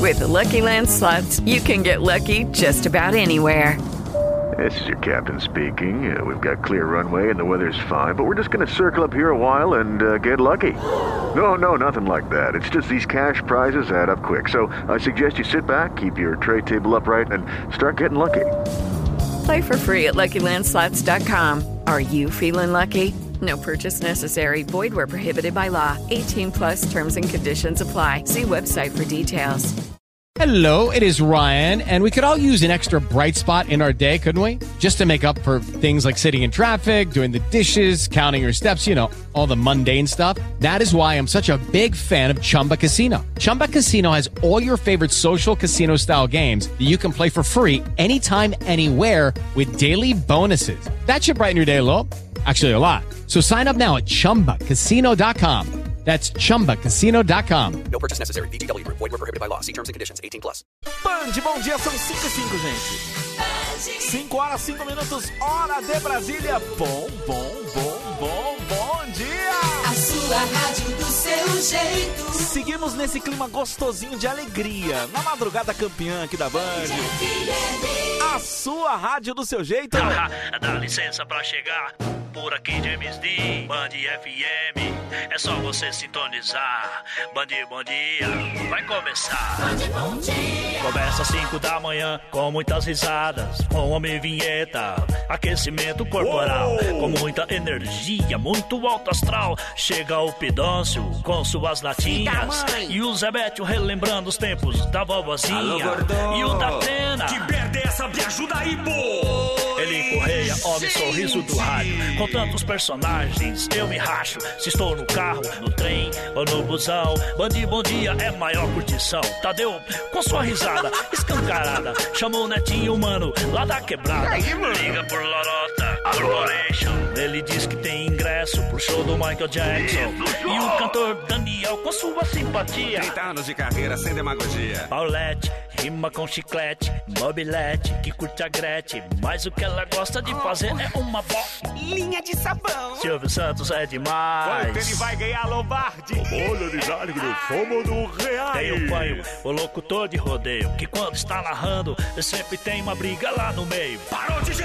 With the Lucky Land Slots, you can get lucky just about anywhere. This is your captain speaking. We've got clear runway and the weather's fine, but we're just going to circle up here a while and get lucky. No, nothing like that. It's just these cash prizes add up quick. So I suggest you sit back, keep your tray table upright, and start getting lucky. Play for free at LuckyLandSlots.com. Are you feeling lucky? No purchase necessary. Void where prohibited by law. 18 plus terms and conditions apply. See website for details. Hello, it is Ryan, and we could all use an extra bright spot in our day, couldn't we? Just to make up for things like sitting in traffic, doing the dishes, counting your steps, you know, all the mundane stuff. That is why I'm such a big fan of Chumba Casino. Chumba Casino has all your favorite social casino-style games that you can play for free anytime, anywhere with daily bonuses. That should brighten your day a little. Actually, a lot. So sign up now at ChumbaCasino.com. That's ChumbaCasino.com. No purchase necessary. VGW Group. Void where prohibited by law. See terms and conditions. 18 plus. Band, bom dia. São 5h05, gente. 5 horas, 5 minutos. Hora de Brasília. Bom dia. A sua rádio do seu jeito. Seguimos nesse clima gostosinho de alegria. Na madrugada campeã aqui da Band. A sua rádio do seu jeito. Dá licença pra chegar. Por aqui, James D, Band FM. É só você sintonizar. Band, bom dia, vai começar. Band, bom dia. Começa às 5 da manhã, com muitas risadas, com homem vinheta, aquecimento corporal, com muita energia, muito alto astral. Chega o Pidôncio com suas latinhas, e o Zé Bétio relembrando os tempos da vovozinha. Alô, e o da Pena. Que merda é essa? Me ajuda aí, pô! Ele Correia, homem sorriso do rádio. Com tantos personagens, eu me racho. Se estou no carro, no trem ou no busão. Band, bom dia, é maior curtição. Tadeu, com sua risada escancarada, chamou o netinho humano lá da quebrada. Liga por Lorota Corporation. Ele diz que tem ingresso pro show do Michael Jackson. E o cantor Daniel com sua simpatia. 30 anos de carreira sem demagogia. Paulette rima com chiclete, mobilete, que curte a Gretchen, mas o que ela gosta de fazer é uma Linha de sabão. Silvio Santos é demais. Ele vai ganhar Lombardi. Olha, Ligado, somos do Real. Tem o Panho, o locutor de rodeio, que quando está narrando, sempre tem uma briga lá no meio. Parou, DJ!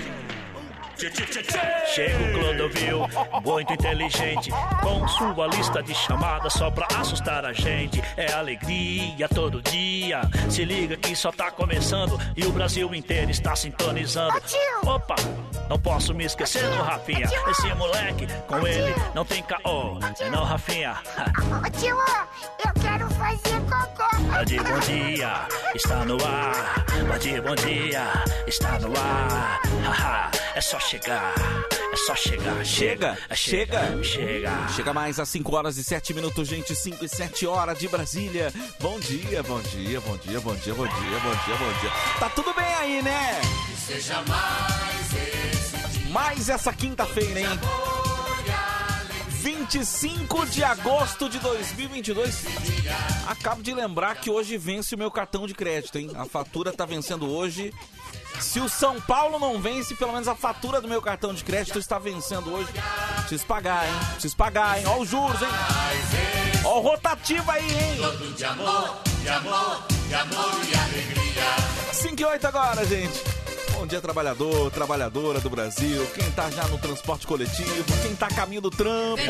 Chega o Clodovil, muito inteligente, com sua lista de chamadas só pra assustar a gente. É alegria todo dia. Se liga que só tá começando e o Brasil inteiro está sintonizando. Opa, não posso me esquecer do Rafinha. Esse moleque, com ele não tem caô. É não, Rafinha? Ô tio, eu quero fazer cocô. Band, bom dia, está no ar. Band, bom dia, está no ar. Haha, é só chegar, é só chegar. Chega. Chega Mais às 5 horas e 7 minutos, gente. 5 e 7 horas de Brasília. Bom dia. Tá tudo bem aí, né? Seja mais esse dia. Mais essa quinta-feira, hein? 25 de agosto de 2022. Acabo de lembrar que hoje vence o meu cartão de crédito, hein? A fatura tá vencendo hoje. Se o São Paulo não vence, pelo menos a fatura do meu cartão de crédito está vencendo hoje. Preciso pagar, hein? Ó os juros, hein? Ó o rotativo aí, hein? Todo de amor e alegria. 5 e 8 agora, gente. Bom dia, trabalhador, trabalhadora do Brasil. Quem tá já no transporte coletivo, quem tá a caminho do trampo,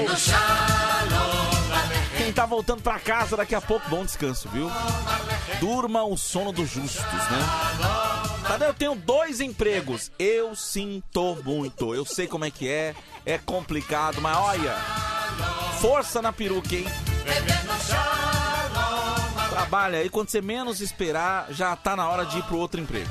quem tá voltando pra casa daqui a pouco. Bom descanso, viu? Durma o sono dos justos, né? Tadeu, eu tenho 2 empregos. Eu sinto muito. Eu sei como é que é complicado, mas olha, força na peruca, hein? Trabalha aí, quando você menos esperar, já tá na hora de ir pro outro emprego.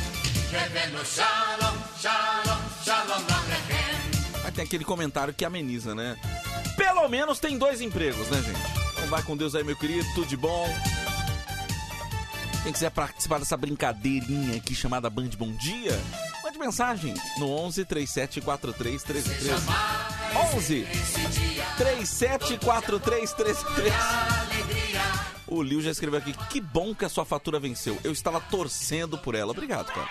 Aí tem aquele comentário que ameniza, né? Pelo menos tem 2 empregos, né, gente? Então vai com Deus aí, meu querido, tudo de bom. Quem quiser participar dessa brincadeirinha aqui chamada Band Bom Dia, mande mensagem no 11 3743 1313. 11 3743 1313. O Lil já escreveu aqui: que bom que a sua fatura venceu. Eu estava torcendo por ela. Obrigado, cara.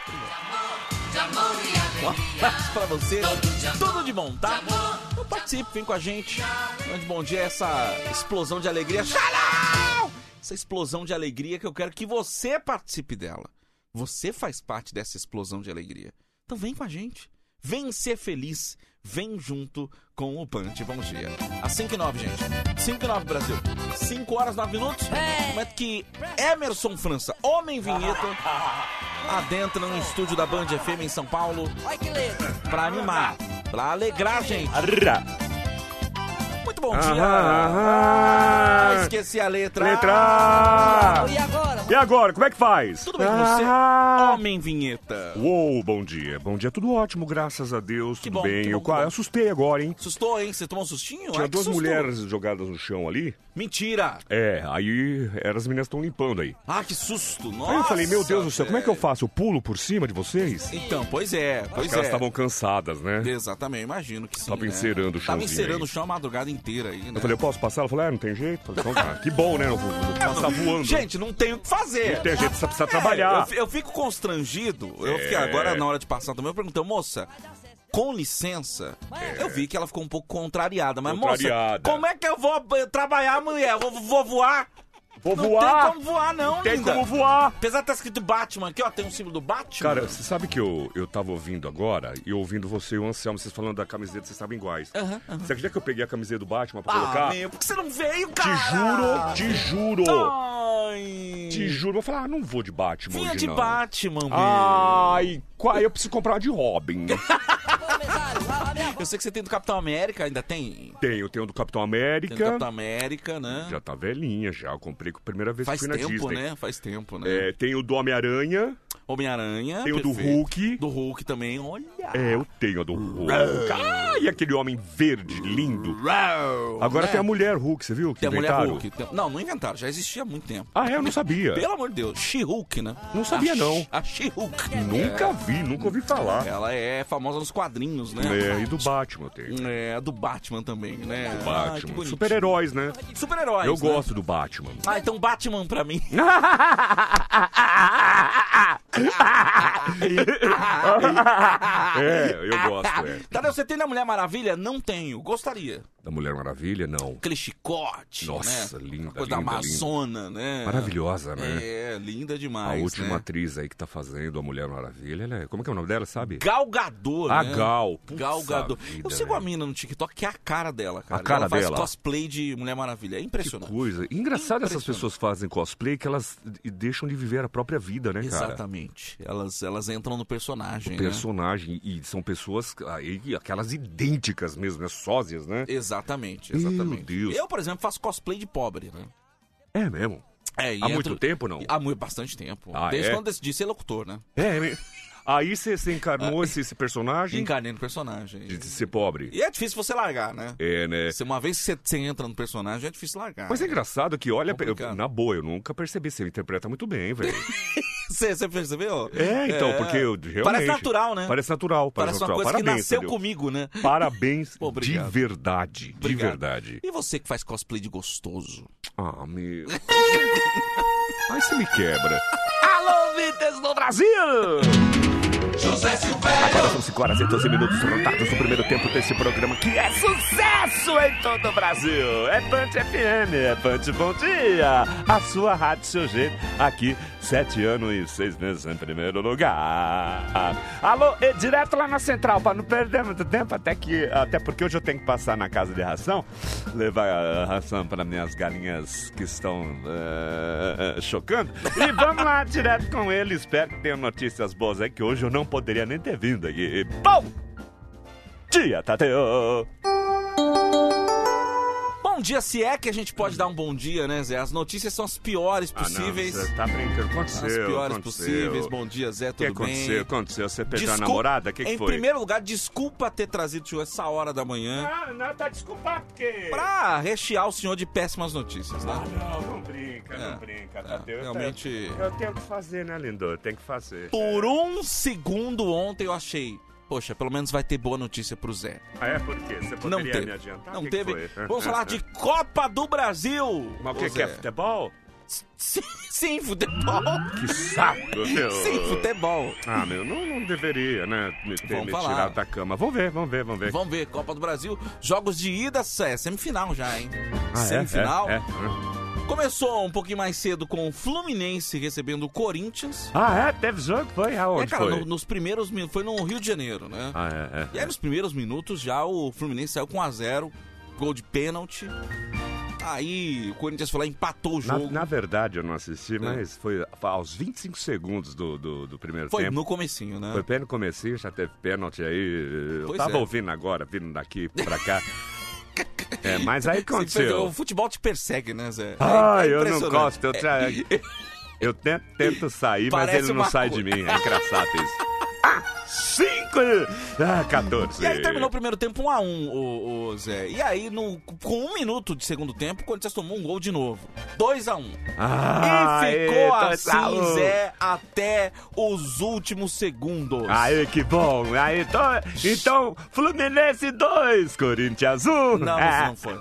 Um abraço pra você. Tudo de bom, tá? Então participe, vem com a gente. Band Bom Dia, essa explosão de alegria. Xalão! essa explosão de alegria que eu quero que você participe dela. Você faz parte dessa explosão de alegria. Então vem com a gente. Vem ser feliz. Vem junto com o Punch. Bom dia. Às 5h09, gente. 5h09, Brasil. 5 horas, 9 minutos. Momento que Emerson França, homem vinheta, adentra no estúdio da Band FM em São Paulo pra animar, pra alegrar a gente. Muito bom dia. Esqueci a letra. E agora? Como é que faz? Tudo bem com você? Homem vinheta. Uou, bom dia. Bom dia, tudo ótimo, graças a Deus. Que Tudo bom, bem. que bom, Eu que bom. assustei agora, hein? Assustou, hein? Você tomou um sustinho? Tinha Ai, que duas susto. mulheres jogadas no chão ali. Mentira. Aí as meninas estão limpando aí. Ah, que susto. Nossa. Aí eu falei, meu Deus do céu, como é que eu velho. faço? Eu pulo por cima de vocês? Então, pois é. Acho que elas estavam cansadas, né? Exatamente, imagino que sim. Tava né? encerando o chãozinho Tava encerando aí. o chão a madrugada inteira aí, né? Eu falei, eu posso passar? Ela falou, não tem jeito. Eu falei, então, cara, que bom, né? Não vou passar voando. Gente, não tem o que fazer. Não tem jeito, você precisa trabalhar. Eu fico constrangido. Eu fiquei agora, na hora de passar também, eu perguntei, moça, com licença, eu vi que ela ficou um pouco contrariada. Mas, moça, como é que eu vou trabalhar, mulher? Vou voar? Vou não voar? Não tem como voar, não, Tem linda. como voar. Apesar de estar escrito Batman aqui, ó, tem um símbolo do Batman. Cara, você sabe que eu tava ouvindo agora, e ouvindo você e o Anselmo, vocês falando da camiseta, vocês estavam iguais. Você acredita que eu peguei a camiseta do Batman pra colocar? Meu, por que você não veio, cara? Te juro! Ai. Te juro, eu falei, não vou de Batman Vinha hoje, de não. Batman, meu. Ai, eu preciso comprar uma de Robin. Eu sei que você tem do Capitão América, ainda tem? Tenho do Capitão América. Tem do Capitão América, né? Já tá velhinha, já. Eu comprei a primeira vez Faz que fui na tempo, Disney. né? Faz tempo, né? Tem o do Homem-Aranha. Homem-Aranha. Tem o do perfeito. Hulk. Do Hulk também, olha. Eu tenho a do Hulk. E aquele homem verde, lindo. Agora tem a mulher Hulk, você viu? Que tem a mulher inventaram? Hulk. Não inventaram, já existia há muito tempo. Eu não sabia. Pelo amor de Deus, She-Hulk, né? Não sabia, não. A She-Hulk. Nunca ouvi falar. Ela é famosa nos quadrinhos, né? E do Batman tem. Do Batman também, né? Do Batman. Super-heróis, né? Super-heróis, Eu né? gosto do Batman. Então Batman pra mim. Eu gosto, Tadeu, você tem da Mulher Maravilha? Não tenho. Gostaria. Da Mulher Maravilha, não. Aquele chicote, Nossa, né? linda, Coisa da Amazona, né? Maravilhosa, né? Linda demais, A última né? atriz aí que tá fazendo a Mulher Maravilha, ela é... Como é que é o nome dela, sabe? Gal Gadot, A né? Gal. Gal Gadot. Vida, Eu sigo a mina no TikTok, que é a cara dela, cara. A cara ela faz dela? cosplay de Mulher Maravilha. É impressionante. Que coisa. Engraçado essas pessoas que fazem cosplay que elas deixam de viver a própria vida, né, cara? Exatamente. Elas entram no personagem, personagem. E são pessoas, aquelas idênticas mesmo, né? Sósias, né? Exatamente. Meu Deus. Eu, por exemplo, faço cosplay de pobre, né? É mesmo? Há muito tempo, não? Há bastante tempo. Ah, Desde quando decidi ser locutor, né? Aí você encarnou esse personagem? Encarnei no personagem. De ser pobre. E é difícil você largar, né? Né? Uma vez que você entra no personagem, é difícil largar. Mas é né? engraçado que, olha, na boa, eu nunca percebi. Você interpreta muito bem, velho. Você percebeu? Então, porque eu realmente... Parece natural, né? Parece natural. Parece uma natural. coisa Parabéns, que nasceu entendeu? comigo, né? Parabéns de Obrigado. verdade. Obrigado. De verdade. E você que faz cosplay de gostoso? Meu... Aí você me quebra. Alô, Vitas do Brasil! José Silvério. Agora são 5 horas e 12 minutos rodados no primeiro tempo desse programa que é sucesso em todo o Brasil. É Punch FM, é Punch Bom Dia. A sua rádio, seu jeito. Aqui, 7 anos e 6 meses em primeiro lugar. Alô, e direto lá na central, para não perder muito tempo, até porque hoje eu tenho que passar na casa de ração, levar a ração para minhas galinhas que estão chocando. E vamos lá, direto com ele. Espero que tenham notícias boas aí, que hoje eu não poderia nem ter vindo aqui. Bom dia, Tadeu! Bom dia, se é que a gente pode dar um bom dia, né, Zé? As notícias são as piores possíveis. Não, você tá brincando, aconteceu. As piores possíveis. Bom dia, Zé, tudo bem? Aconteceu? Você perdeu a namorada? O que Em foi? primeiro lugar, desculpa ter trazido o senhor essa hora da manhã. Não, tá desculpado porque... Pra rechear o senhor de péssimas notícias, né? Não brinca, Tadeu. Realmente... Eu tenho que fazer, né, lindo? Tem que fazer. Por um segundo ontem eu achei... Poxa, pelo menos vai ter boa notícia pro Zé. Por quê? Você poderia Não teve. me adiantar? Não que teve. foi? Vamos falar de Copa do Brasil. Mas o que é futebol? Sim, futebol. Que saco, meu. Sim, futebol. Meu, não deveria, né, me tirado da cama. Vamos ver. Vamos ver, Copa do Brasil. Jogos de ida, semifinal já, hein? Semifinal. Começou um pouquinho mais cedo com o Fluminense recebendo o Corinthians. Ah, é? Teve jogo? Foi? Aonde cara, foi? Nos primeiros minutos, foi no Rio de Janeiro, né? E aí nos primeiros minutos já o Fluminense saiu com 1-0, gol de pênalti. Aí o Corinthians foi lá e empatou o jogo. Na verdade eu não assisti, mas foi aos 25 segundos do primeiro tempo. Foi no comecinho, né? Foi bem no comecinho, já teve pênalti aí. Eu Pois tava é. ouvindo agora, vindo daqui pra cá. Mas aí o que aconteceu? O futebol te persegue, né, Zé? Eu não gosto. Eu tento sair, mas ele não sai de mim. É engraçado isso. 14. E aí terminou o primeiro tempo 1-1, o Zé. E aí, com 1 minuto de segundo tempo, o Corinthians tomou um gol de novo. 2-1. E ficou assim, Zé, até os últimos segundos. Aí, que bom. Aí, então, Fluminense 2, Corinthians 1. Não foi.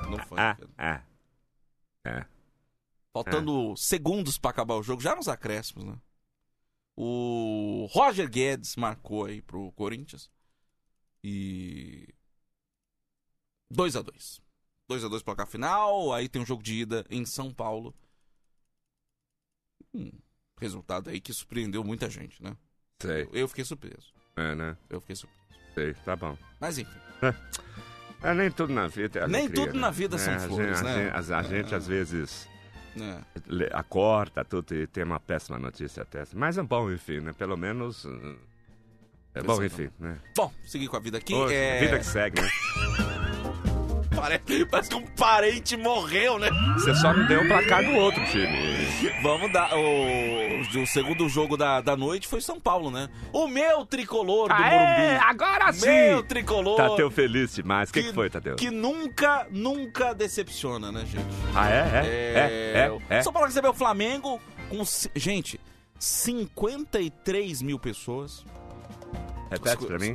Faltando segundos pra acabar o jogo, já nos acréscimos, né? O Roger Guedes marcou aí pro Corinthians. E 2-2. 2-2 placar final. Aí tem um jogo de ida em São Paulo. Resultado aí que surpreendeu muita gente, né? Sei. Eu fiquei surpreso. Né? Eu fiquei surpreso. Sei, tá bom. Mas enfim. Nem tudo na vida é alegria, Nem tudo na vida são flores, né? A gente às vezes acorda tudo e tem uma péssima notícia até. Mas é bom, enfim, né? Pelo menos... É bom, enfim, né? Bom, seguir com a vida aqui. Vida que segue, né? Parece que um parente morreu, né? Você só não deu o placar do outro time. Vamos dar. O segundo jogo da noite foi São Paulo, né? O meu tricolor do Morumbi. Agora sim! Meu tricolor. Tadeu feliz demais. O que foi, Tadeu? Que nunca decepciona, né, gente? É. São Paulo recebeu o Flamengo com, gente, 53 mil pessoas. Repete pra mim.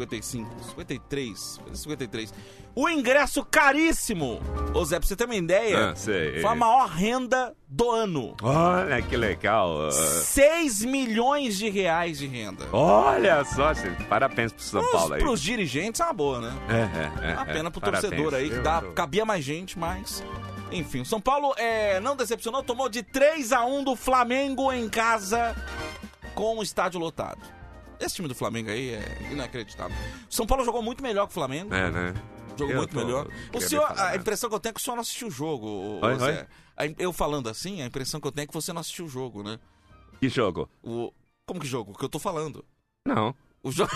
53. O ingresso caríssimo. Ô Zé, pra você ter uma ideia, sei. foi a maior renda do ano. Olha que legal. 6 milhões de reais de renda. Olha só, gente. Parabéns pro São Paulo aí. Pros dirigentes é uma boa, né? Uma pena pro torcedor aí, que cabia mais gente, mas... Enfim, o São Paulo não decepcionou, tomou de 3-1 do Flamengo em casa com o estádio lotado. Esse time do Flamengo aí é inacreditável. O São Paulo jogou muito melhor que o Flamengo. Né? Jogou muito melhor. O senhor, a impressão que eu tenho é que o senhor não assistiu o jogo. Zé. Eu falando assim, a impressão que eu tenho é que você não assistiu o jogo, né? Que jogo? Como que jogo? O que eu tô falando? Não. O jogo...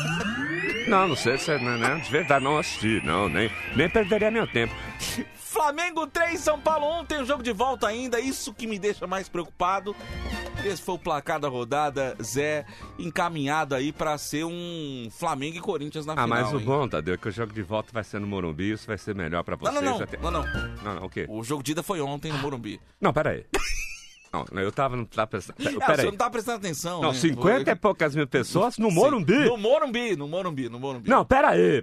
Não sei se né? De verdade, não assisti. Não, nem perderia meu tempo. Flamengo 3, São Paulo 1, tem um jogo de volta ainda, isso que me deixa mais preocupado. Esse foi o placar da rodada, Zé, encaminhado aí pra ser um Flamengo e Corinthians na final. Mas o bom, Tadeu, é que o jogo de volta vai ser no Morumbi, isso vai ser melhor pra vocês. Não, o quê? O jogo de ida foi ontem no Morumbi. Não, pera aí. Não, eu não tava prestando... Você não tava prestando atenção, não, né? 50 e poucas mil pessoas no Morumbi? No Morumbi. Não, pera aí.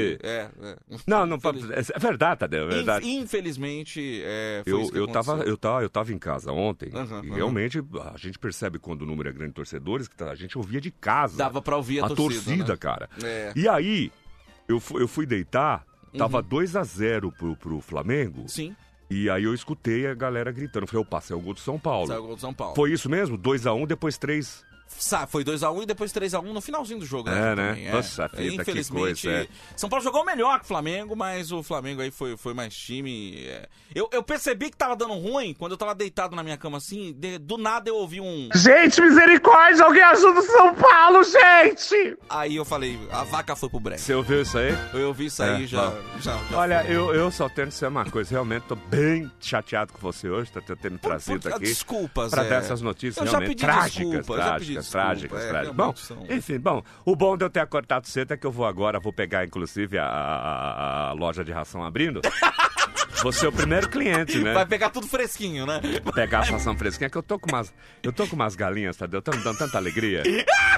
Não, é verdade, Tadeu, é verdade. Infelizmente, foi isso que aconteceu. Eu tava em casa ontem, e realmente a gente percebe quando o número é grande de torcedores, que a gente ouvia de casa. Dava pra ouvir a torcida, né? Cara. E aí, eu fui deitar, tava 2-0 pro Flamengo. Sim. E aí eu escutei a galera gritando. Eu falei, opa, saiu o gol do São Paulo. Saiu o gol do São Paulo. Foi isso mesmo? 2-1, depois 3... Foi 2-1 e depois 3-1 no finalzinho do jogo, né? Né? Nossa, fita, infelizmente, que coisa, São Paulo jogou melhor que o Flamengo, mas o Flamengo aí foi mais time. Eu percebi que tava dando ruim quando eu tava deitado na minha cama assim, do nada eu ouvi um... Gente, misericórdia, alguém ajuda o São Paulo, gente! Aí eu falei, a vaca foi pro breque. Você ouviu isso aí? Eu ouvi isso aí, já Olha, eu só tento dizer uma coisa, realmente tô bem chateado com você hoje, tá tendo me trazido aqui. Desculpas, pra dar essas notícias eu realmente trágicas. Bom, enfim, o bom de eu ter acordado cedo é que eu vou pegar inclusive a loja de ração abrindo. Vou ser o primeiro cliente, né? Vai pegar tudo fresquinho, né? Vou pegar a ração fresquinha, que eu tô com umas galinhas, tá? Tá me dando tanta alegria.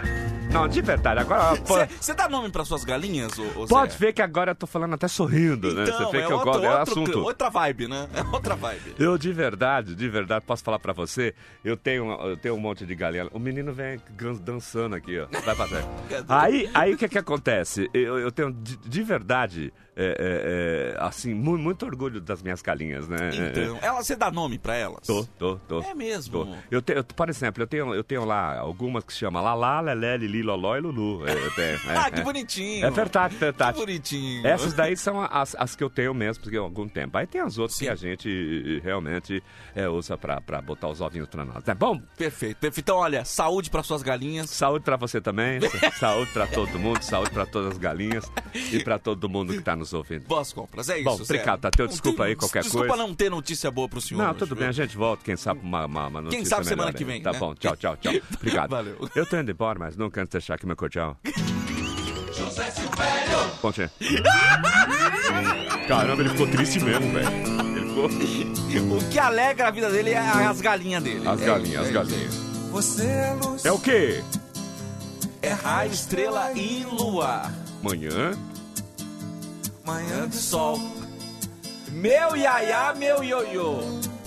Não, de verdade, agora... Você dá nome para suas galinhas, ô Pode Zé? ver que agora eu tô falando até sorrindo, né? Então, Você vê que eu gosto, é assunto. outra vibe, né? É outra vibe. Eu, de verdade, posso falar pra você, eu tenho um monte de galinha. O menino vem dançando aqui, ó. Vai fazer. Aí o que acontece? Eu tenho, de verdade, assim, muito orgulho das minhas galinhas, né? Então, você dá nome pra elas? Tô. É mesmo? Por exemplo, eu tenho lá algumas que se chamam Lalá, Lelé, Lili, Loló e Lulu. Que bonitinho. É verdade. Que bonitinho. Essas daí são as que eu tenho mesmo, porque há algum tempo. Aí tem as outras que a gente realmente usa pra botar os ovinhos pra nós. É bom? Perfeito. Então, olha, saúde pra suas galinhas. Saúde pra você também. Saúde pra todo mundo. Saúde pra todas as galinhas. E pra todo mundo que tá nos ouvindo. Boas compras, é isso. Bom, obrigado, Tadeu. Desculpa aí qualquer coisa. Desculpa não ter notícia boa pro senhor. Não, tudo bem. A gente volta, quem sabe, uma notícia quem sabe semana melhor que vem, aí. Tá né? bom. Tchau. Obrigado. Valeu. Eu tô indo embora, mas não quero deixar aqui meu cordial. José Silvério. Pontinha. Caramba, ele ficou triste mesmo, velho. Ele ficou... O que alegra a vida dele é as galinhas dele. As galinhas. Você é luz. É o quê? É raio, estrela e lua. Manhã de sol. Meu iaiá, meu ioiô.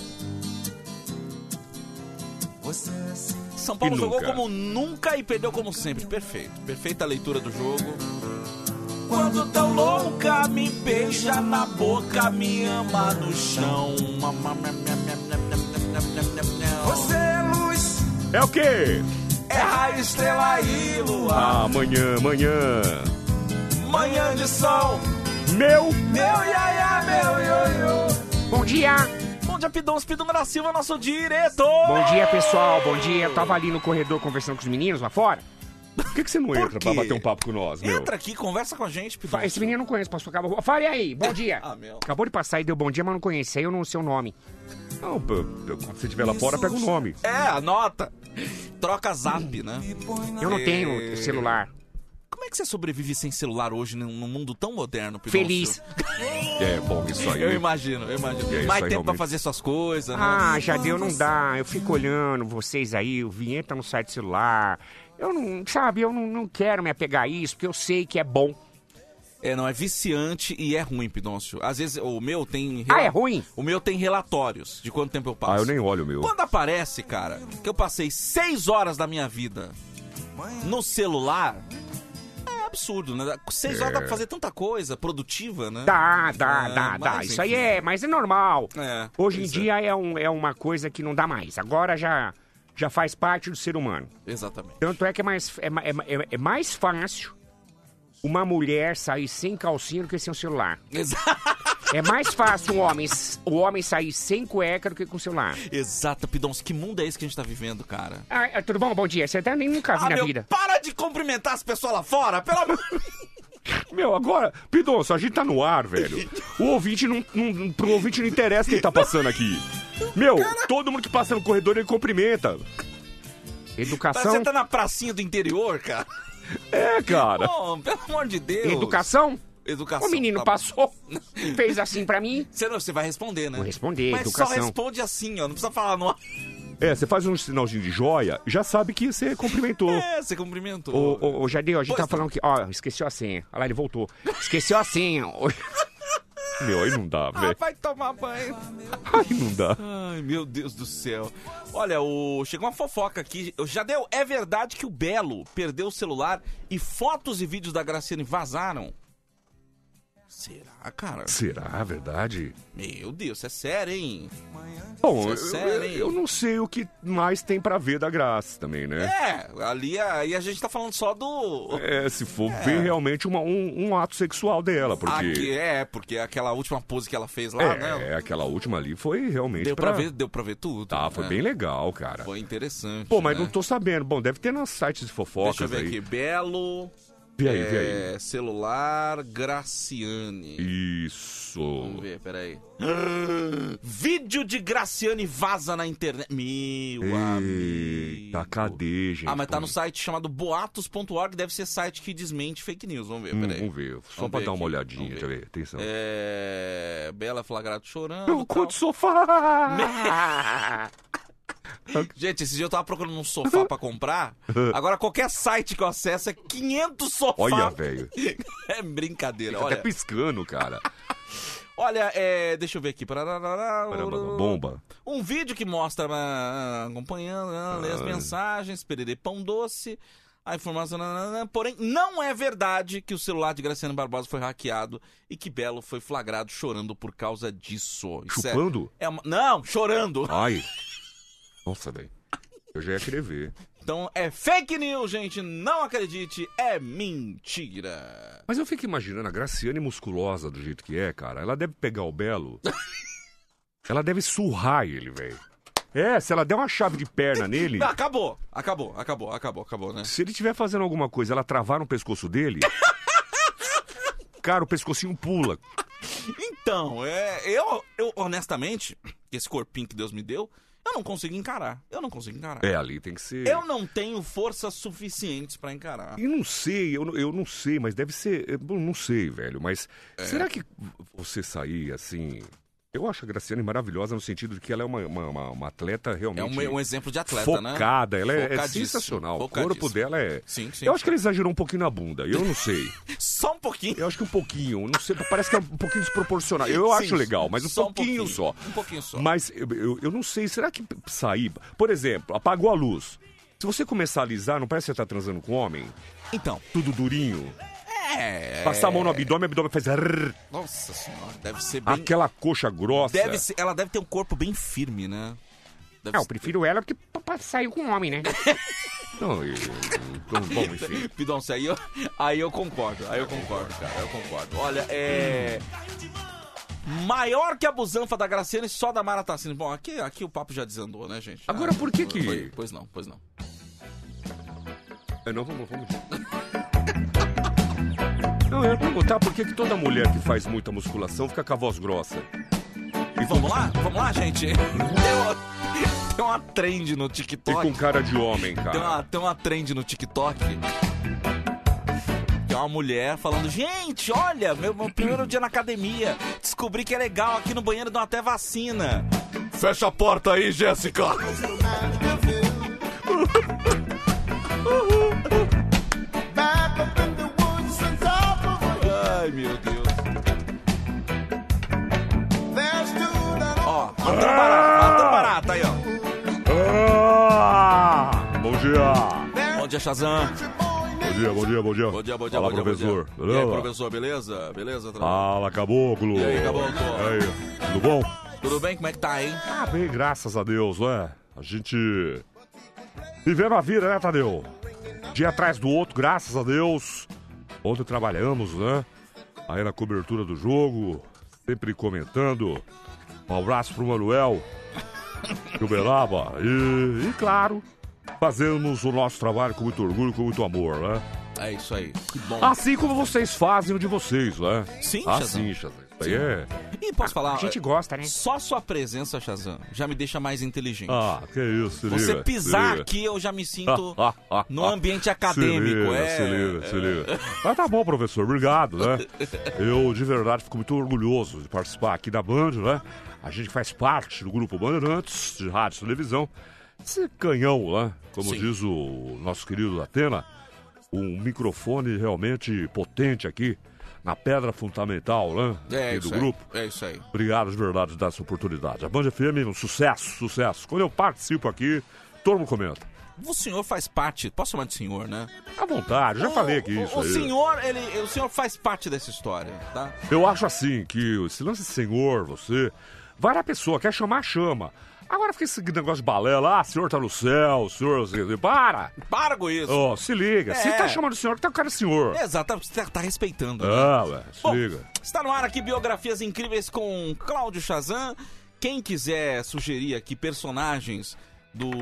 Você é assim. São Paulo E jogou nunca. como nunca e perdeu como sempre. Perfeito. Perfeita leitura do jogo. Quando Tão louca, me beija na boca, me ama no chão. você é luz. é o quê? É raio, estrela e lua. Amanhã. Manhã de sol. Meu iaiá, meu ioiô. Bom dia! Bom dia, Pidão da Silva, nosso diretor. Bom dia, pessoal. Bom dia. Eu tava ali no corredor conversando com os meninos lá fora. Por que você não entra pra bater um papo com nós, meu? Entra aqui, conversa com a gente, Pidão. Esse menino eu não conheço, posso ficar... Fale aí, bom dia. Meu. Acabou de passar e deu bom dia, mas não conheci. Eu não sei o nome. Não, quando você estiver lá fora, pega o nome. Anota. Troca zap, né? Eu não tenho celular. Como é que você sobrevive sem celular hoje num mundo tão moderno, Pidão? Feliz. É bom isso aí. Eu imagino. É isso Mais aí, tempo pra realmente. fazer suas coisas, né? Já deu, não dá. Eu fico olhando vocês aí, o vinheta no site celular. Eu não quero me apegar a isso, porque eu sei que é bom. Não, é viciante e é ruim, Pidoncio. Às vezes o meu tem... É ruim? O meu tem relatórios de quanto tempo eu passo. Eu nem olho o meu. Quando aparece, cara, que eu passei 6 horas da minha vida no celular, é absurdo, né? 6 horas dá pra fazer tanta coisa produtiva, né? Dá. Mas, Isso aí enfim. mas é normal. Hoje em pois dia é uma coisa que não dá mais. Agora já faz parte do ser humano. Exatamente. Tanto é que é mais fácil uma mulher sair sem calcinha do que sem o celular. É mais fácil o homem sair sem cueca do que com o celular. Exato, Pidoncio. Que mundo é esse que a gente tá vivendo, cara? Tudo bom? Bom dia. Você até nem nunca vi na vida. Para de cumprimentar as pessoas lá fora, pelo amor... Meu, agora, Pidoncio, a gente tá no ar, velho. O ouvinte pro ouvinte não interessa quem tá passando aqui. Meu, todo mundo que passa no corredor, ele cumprimenta. Educação. Você tá na pracinha do interior, cara? Cara. Bom, pelo amor de Deus. Educação? Educação. O menino passou, fez assim pra mim. Você vai responder, né? Vou responder, mas educação. Só responde assim, ó. Não precisa falar no... Você faz um sinalzinho de joia, já sabe que você cumprimentou. Você cumprimentou. Ô, Jadeu, a gente tá falando que... esqueceu a senha. Olha lá, ele voltou. Esqueceu a senha. Meu, aí não dá, velho. Vai tomar banho. Aí não dá. Ai, meu Deus do céu. Olha, chegou uma fofoca aqui. Jadeu, é verdade que o Belo perdeu o celular e fotos e vídeos da Graciane vazaram? Será, cara? Será verdade? Meu Deus, é sério, hein? Bom, sério, hein? eu não sei o que mais tem pra ver da Graça também, né? Ali aí a gente tá falando só do... Se for ver realmente um ato sexual dela, porque... Porque aquela última pose que ela fez lá, né? Aquela última ali foi realmente Deu pra ver tudo. Tá, foi bem legal, cara. Foi interessante. Pô, mas não tô sabendo. Bom, deve ter nos sites de fofocas. Deixa eu ver aí. aqui. Belo... Vê aí. Celular Graciane. Isso. Vamos ver, peraí. Vídeo de Graciane vaza na internet. Meu amigo. Tá, cadê, gente? Mas tá no site chamado boatos.org. Deve ser site que desmente fake news. Vamos ver, peraí. Vamos ver. Só pra dar uma olhadinha. Deixa eu ver. Atenção. Bela flagrado chorando. Meu cu de sofá! Gente, esse dia eu tava procurando um sofá pra comprar. Agora qualquer site que eu acesso é 500 sofás. Olha, velho. É brincadeira. Tá Olha, até piscando, cara. olha, deixa eu ver aqui. Bomba. Um vídeo que mostra acompanhando, lê as mensagens, pererê pão doce, a informação... Porém, não é verdade que o celular de Graciane Barbosa foi hackeado e que Belo foi flagrado chorando por causa disso. Isso Chupando? Não, chorando. Ai. Nossa, velho. Eu já ia querer ver. Então é fake news, gente. Não acredite, é mentira. Mas eu fico imaginando a Graciane musculosa do jeito que é, cara. Ela deve pegar o Belo. Ela deve surrar ele, velho. Se ela der uma chave de perna nele... Acabou, né? Se ele estiver fazendo alguma coisa, ela travar no pescoço dele... cara, o pescocinho pula. Então, eu honestamente, esse corpinho que Deus me deu, eu não consigo encarar. Ali tem que ser... Eu não tenho forças suficientes pra encarar. E não sei, eu não sei, mas deve ser... Bom, não sei, velho, mas... Será que você sair assim... Eu acho a Graciane maravilhosa no sentido de que ela é uma atleta realmente... É um exemplo de atleta, focada, né? ela é sensacional. O corpo dela é... Sim. Eu acho que ela exagerou um pouquinho na bunda, eu não sei. Só um pouquinho? Eu acho que um pouquinho, não sei, parece que é um pouquinho desproporcional. Eu acho legal, mas um pouquinho só. Um pouquinho só. Mas eu não sei, será que sair... Por exemplo, apagou a luz. Se você começar a alisar, não parece que você tá transando com homem? Então. Tudo durinho. Passar a mão no abdômen, o abdômen faz... Nossa senhora, deve ser bem... Aquela coxa grossa. Ela deve ter um corpo bem firme, né? Eu prefiro ela porque saiu com um homem, né? Não, bom, enfim. Pidonce, aí eu concordo, cara, eu concordo. Olha, maior que a busanfa da Graciane, só da Mara Tassini. Bom, aqui o papo já desandou, né, gente? Agora, por que que... Pois não. Não, vamos... Não, eu ia perguntar por que toda mulher que faz muita musculação fica com a voz grossa. E vamos lá, gente. Tem uma trend no TikTok. E com cara de homem, cara. Tem uma trend no TikTok. Que é uma mulher falando: gente, olha, meu primeiro dia na academia. Descobri que é legal, aqui no banheiro dão até vacina. Fecha a porta aí, Jéssica. Ai, meu Deus. Ó, matando barata aí, ó. Bom dia. Bom dia, Shazam. Bom dia. Fala, professor. Bom dia. E aí, professor, beleza? Fala, caboclo. E aí, caboclo? E aí, tudo bom? Tudo bem? Como é que tá, hein? Bem, graças a Deus, né? A gente... vivendo a vida, né, Tadeu? Dia atrás do outro, graças a Deus. Ontem trabalhamos, né? Aí na cobertura do jogo, sempre comentando. Um abraço pro Manuel, pro Beraba. E claro, fazemos o nosso trabalho com muito orgulho, com muito amor, né? É isso aí, que bom. Assim como vocês fazem o de vocês, né? Sim, Shazam. Isso aí é... E posso falar... A gente gosta, né? Só sua presença, Shazam, já me deixa mais inteligente. Que isso, se liga. Você pisar aqui, eu já me sinto no ambiente acadêmico. Se liga. Mas tá bom, professor, obrigado, né? Eu, de verdade, fico muito orgulhoso de participar aqui da Band, né? A gente faz parte do Grupo Bandeirantes, de rádio e televisão. Esse canhão, né? Como diz o nosso querido Atena, um microfone realmente potente aqui, na pedra fundamental, né? Do grupo. É isso aí. Obrigado de verdade por dar essa oportunidade. A Band FM é um sucesso. Quando eu participo aqui, todo mundo comenta. O senhor faz parte, posso chamar de senhor, né? À vontade, já falei aqui isso aí. O senhor faz parte dessa história, tá? Eu acho assim, que esse lance de senhor, você... Vai na pessoa, quer chamar, chama. Agora fica esse negócio de balela, senhor tá no céu, senhor... Para! Para com isso! Se liga, se tá chamando o senhor, que tá o cara senhor. Exatamente, você tá respeitando, né? Se liga. Está no ar aqui Biografias Incríveis com Cláudio Shazam. Quem quiser sugerir aqui personagens do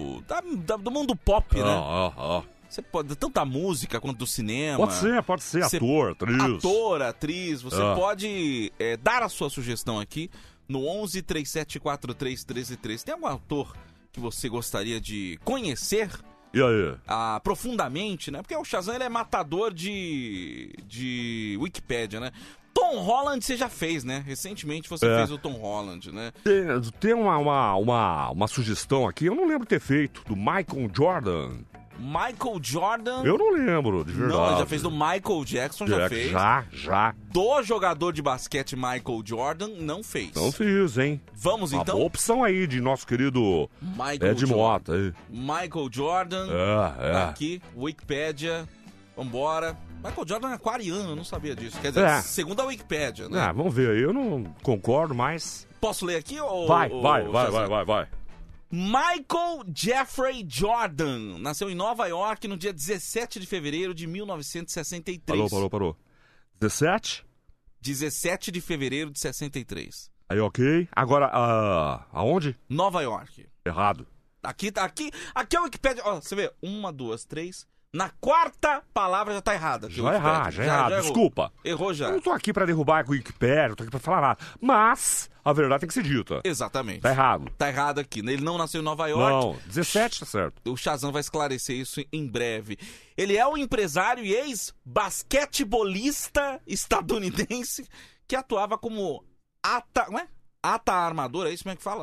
mundo pop, né? Você pode, tanto da música quanto do cinema. Pode ser ator, atriz. Ator, atriz, você pode dar a sua sugestão aqui no 11 3743 1313. Tem algum ator que você gostaria de conhecer? E aí? Profundamente, né? Porque o Shazam ele é matador de Wikipédia, né? Tom Tom Holland você já fez, né? Recentemente você fez o Tom Holland, né? Tem uma sugestão aqui, eu não lembro ter feito, do Michael Jordan. Michael Jordan... Eu não lembro, de verdade. Não, ele já fez do Michael Jackson, já fez. Já. Do jogador de basquete Michael Jordan, não fez. Não fiz, hein? Vamos então? Uma boa opção aí de nosso querido Michael Ed Mota. Aí. Michael Jordan, tá aqui, Wikipédia, vambora. Michael Jordan é aquariano, eu não sabia disso. Quer dizer, segundo a Wikipédia, né? Vamos ver aí, eu não concordo, mas... Posso ler aqui ou... Vai. Michael Jeffrey Jordan nasceu em Nova York no dia 17 de fevereiro de 1963. Parou. 17? 17 de fevereiro de 63. Aí, ok. Agora, aonde? Nova York. Errado. Aqui é a Wikipédia. Ó, você vê, 1, 2, 3... Na quarta palavra já tá errada. Já errado. Desculpa. Errou já. Eu não tô aqui pra derrubar a Wikipédia, não tô aqui pra falar nada. Mas a verdade tem que ser dita. Exatamente. Tá errado. Tá errado aqui. Ele não nasceu em Nova York. Não, 17 tá certo. O Shazam vai esclarecer isso em breve. Ele é um empresário e ex-basquetebolista estadunidense que atuava como ata-armador. É isso como é que fala?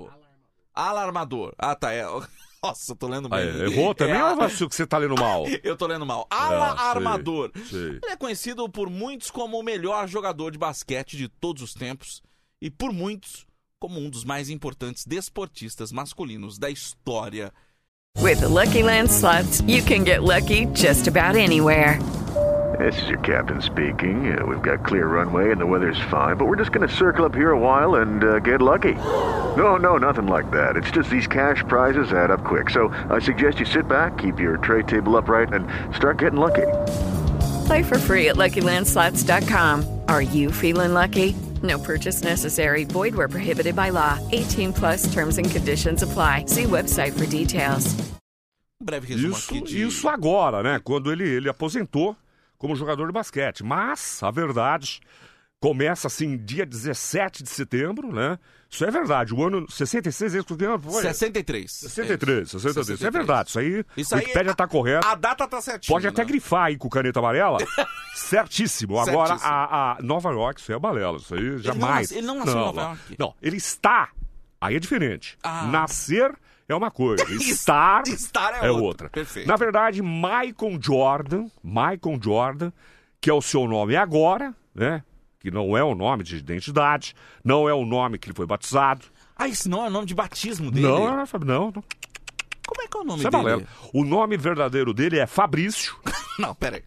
Alarmador. Tá. Nossa, eu tô lendo mal. Errou também ou é que você tá lendo mal? Eu tô lendo mal. Armador. Sei. Ele é conhecido por muitos como o melhor jogador de basquete de todos os tempos e por muitos como um dos mais importantes desportistas masculinos da história. With the Lucky Land Slots, you can get lucky just about anywhere. This is your captain speaking. We've got clear runway and the weather's fine, but we're just going to circle up here a while and get lucky. No, nothing like that. It's just these cash prizes add up quick. So I suggest you sit back, keep your tray table upright, and start getting lucky. Play for free at LuckyLandSlots.com. Are you feeling lucky? No purchase necessary. Void where prohibited by law. 18 plus terms and conditions apply. See website for details. Breve resumo aqui de... Isso agora, né? Quando ele aposentou como jogador de basquete. Mas, a verdade, começa assim, dia 17 de setembro, né? Isso é verdade. O ano 66, esse ano foi? 63. 63. Isso é verdade. Isso aí, a Wikipédia tá correta. A data tá certinha. Pode até grifar aí com caneta amarela. Certíssimo. Agora, a Nova York, isso é balela. Isso aí jamais. Ele não nasceu em Nova York. Não, ele está. Aí é diferente. Nascer é uma coisa, estar é outra. Perfeito. Na verdade, Michael Jordan, que é o seu nome agora, né? Que não é o nome de identidade, não é o nome que ele foi batizado. Esse não é o nome de batismo dele? Não. Como é que é o nome dele? Balela. O nome verdadeiro dele é Fabrício. Não, peraí.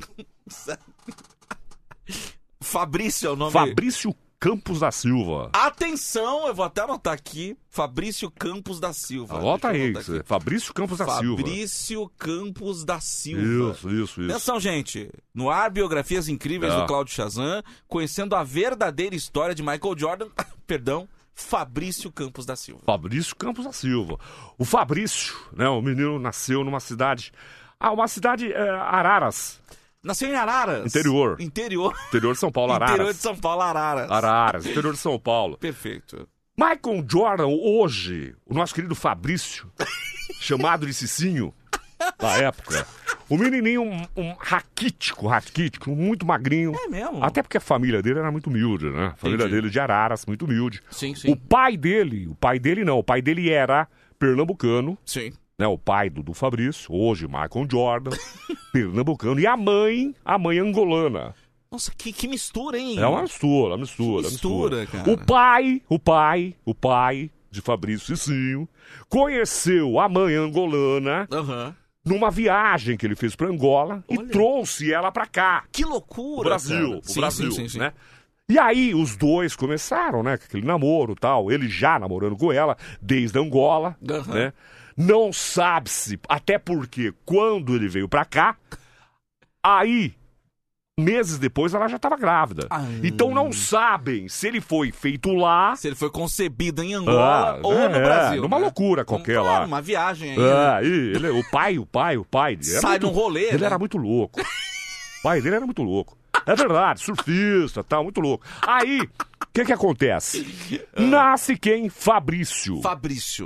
Fabrício é o nome... Fabrício Campos da Silva. Atenção, eu vou até anotar aqui. Fabrício Campos da Silva. Anota aí, Fabrício Campos da Silva. Fabrício Campos da Silva. Isso. Atenção, gente. No ar, biografias incríveis do Cláudio Shazam, conhecendo a verdadeira história de Michael Jordan. Fabrício Campos da Silva. Fabrício Campos da Silva. O Fabrício, né? O menino nasceu numa cidade... uma cidade Araras. Nasceu em Araras. Interior de São Paulo, Araras. Interior de São Paulo, Araras. Araras, interior de São Paulo. Perfeito. Michael Jordan, hoje, o nosso querido Fabrício, chamado de Cicinho, da época, o menininho, um raquítico, muito magrinho. É mesmo? Até porque a família dele era muito humilde, né? A família dele de Araras, muito humilde. Sim. O pai dele era pernambucano. Sim. Né, o pai do Fabrício, hoje Michael Jordan, pernambucano, e a mãe angolana. Nossa, que mistura, hein? É uma mistura. Cara. O pai de Fabrício Cicinho conheceu a mãe angolana numa viagem que ele fez pra Angola. Olha. E trouxe ela pra cá. Que loucura, o Brasil, cara. Brasil, né? E aí os dois começaram, né, com aquele namoro e tal, ele já namorando com ela desde Angola, né? Não sabe-se, até porque quando ele veio pra cá, aí, meses depois, ela já estava grávida. Então não sabem se ele foi feito lá... Se ele foi concebido em Angola ou no Brasil. Numa loucura qualquer lá. Uma viagem aí. Ele, o pai... Sai num rolê, Ele era muito louco. O pai dele era muito louco. É verdade, surfista, tal, muito louco. Aí, o que acontece? Nasce quem? Fabrício.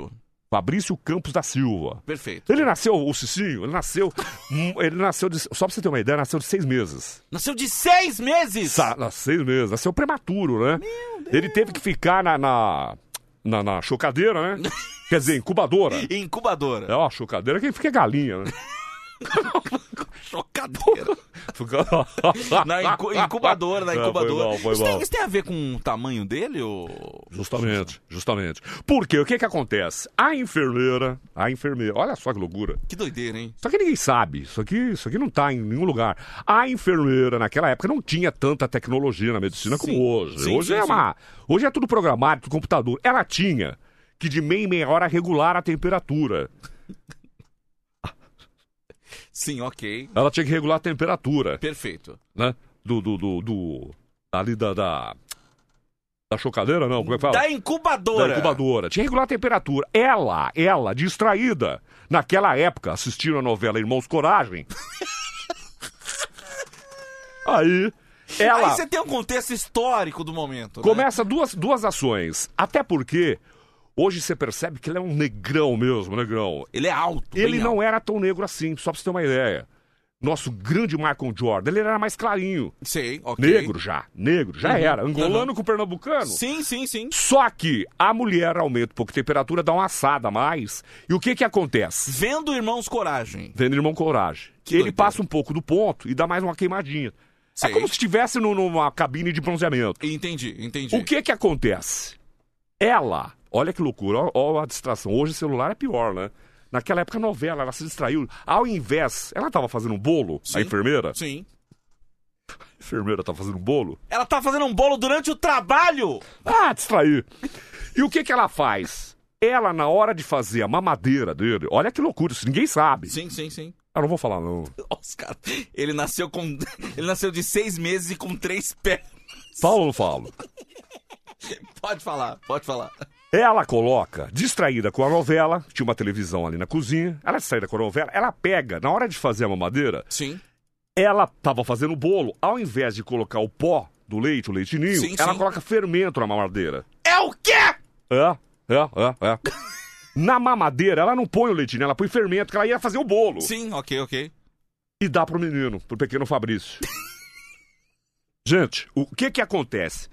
Fabrício Campos da Silva. Perfeito. Ele nasceu, o Cicinho, só pra você ter uma ideia, nasceu de 6 meses. Nasceu de 6 meses? 6 meses, nasceu prematuro, né? Meu Deus. Ele teve que ficar na chocadeira, né? Quer dizer, incubadora. Incubadora. É, ó, chocadeira que fica galinha, né? Chocadeira. Na incubadora. Isso tem a ver com o tamanho dele? Ou... Justamente. Porque o que acontece? A enfermeira, olha só que loucura. Que doideira, hein? Só que ninguém sabe, isso aqui não tá em nenhum lugar. A enfermeira, naquela época, não tinha tanta tecnologia na medicina como hoje. Hoje é tudo programado, tudo computador. Ela tinha que de meia hora regular a temperatura. Sim, ok. Ela tinha que regular a temperatura. Perfeito. Né? Ali da chocadeira, não? Como é que fala? Da incubadora. Tinha que regular a temperatura. Ela, distraída, naquela época, assistindo a novela Irmãos Coragem. Aí você tem um contexto histórico do momento. Começa duas ações. Até porque... Hoje você percebe que ele é um negrão mesmo, Ele é alto. Ele não era tão negro assim, só pra você ter uma ideia. Nosso grande Michael Jordan, ele era mais clarinho. Sim, ok. Negro já era. Angolano com pernambucano. Sim. Só que a mulher aumenta um pouco a temperatura, dá uma assada a mais. E o que acontece? Vendo Irmão Coragem. Ele passa um pouco do ponto e dá mais uma queimadinha. Sei. É como se estivesse numa cabine de bronzeamento. Entendi. O que acontece? Ela... Olha que loucura, olha a distração. Hoje o celular é pior, né? Naquela época, novela, ela se distraiu. Ao invés... Ela tava fazendo um bolo, sim, a enfermeira? Sim. A enfermeira tava fazendo um bolo? Ela tá fazendo um bolo durante o trabalho! Distrair. E o que ela faz? Ela, na hora de fazer a mamadeira dele... Olha que loucura, isso ninguém sabe. Sim. Eu não vou falar, não. Oscar, ele nasceu de 6 meses e com 3 pernas. Falo ou não falo? Pode falar. Ela coloca, distraída com a novela, tinha uma televisão ali na cozinha, ela distraída com a novela, ela pega, na hora de fazer a mamadeira, sim, ela tava fazendo o bolo, ao invés de colocar o pó do leite, o leitinho, ela coloca fermento na mamadeira. É o quê? É. Na mamadeira, ela não põe o leitinho, ela põe fermento, que ela ia fazer o bolo. Sim, ok. E dá pro menino, pro pequeno Fabrício. Gente, o que acontece?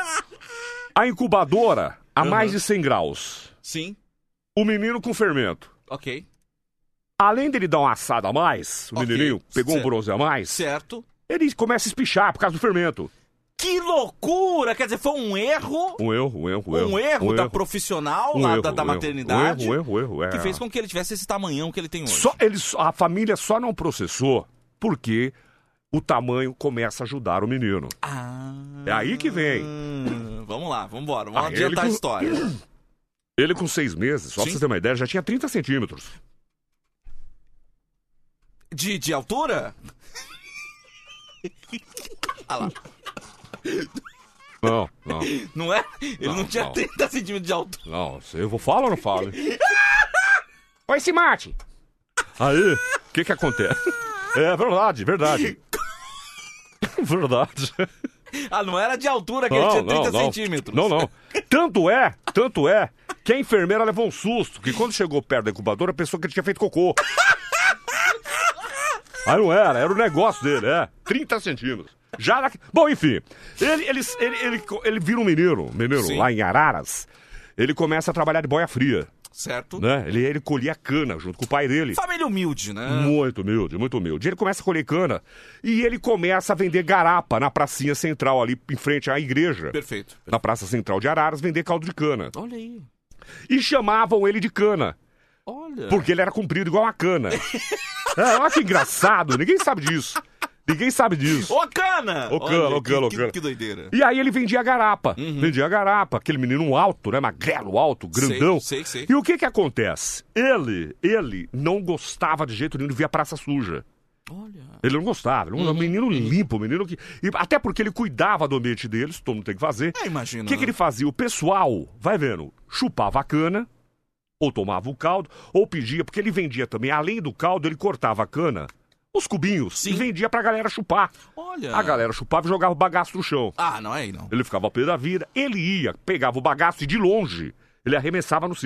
A incubadora... A mais de 100 graus. Sim. O menino com fermento. Ok. Além dele dar uma assada a mais, o menininho pegou um bronze a mais. Certo. Ele começa a espichar por causa do fermento. Que loucura! Quer dizer, foi um erro? Um erro da profissional lá da maternidade. Um erro. Que fez com que ele tivesse esse tamanhão que ele tem hoje. A família só não processou porque o tamanho começa a ajudar o menino. É aí que vem. Vamos lá, vamos adiantar a história. Ele com 6 meses, só pra você ter uma ideia, já tinha 30 centímetros. De altura? Ah lá. Não. Não é? Ele não tinha 30 centímetros de altura. Não, eu vou falar ou não falo? Oi, se mate. Aí, o que acontece? É verdade. Verdade. Não era de altura que ele tinha 30 centímetros. Não. Tanto é que a enfermeira levou um susto, que quando chegou perto da incubadora, pensou que ele tinha feito cocô. Aí não era o negócio dele, 30 centímetros. Bom, enfim, ele vira um menino lá em Araras, ele começa a trabalhar de boia fria. Certo. Né? Ele colhia cana junto com o pai dele. Família humilde, né? Muito humilde. Ele começa a colher cana e ele começa a vender garapa na pracinha central, ali em frente à igreja. Perfeito. Na praça central de Araras, vender caldo de cana. Olha aí. E chamavam ele de cana. Olha. Porque ele era comprido igual uma cana. Olha que engraçado, ninguém sabe disso. Ô, cana! Ô, cana. Que doideira. E aí ele vendia garapa. Aquele menino alto, né? Magrelo, alto, grandão. Sei. E o que acontece? Ele não gostava de jeito nenhum de ver a praça suja. Olha. Ele não gostava. Ele era um menino limpo, um menino que... Até porque ele cuidava do ambiente deles, todo mundo tem que fazer. Imagina. O que ele fazia? O pessoal, vai vendo, chupava a cana, ou tomava o caldo, ou pedia, porque ele vendia também, além do caldo, ele cortava a cana, os cubinhos, e vendia pra galera chupar. Olha. A galera chupava e jogava o bagaço no chão. Não é aí não. Ele ficava ao pé da vida, ele ia, pegava o bagaço e de longe, ele arremessava no cesto.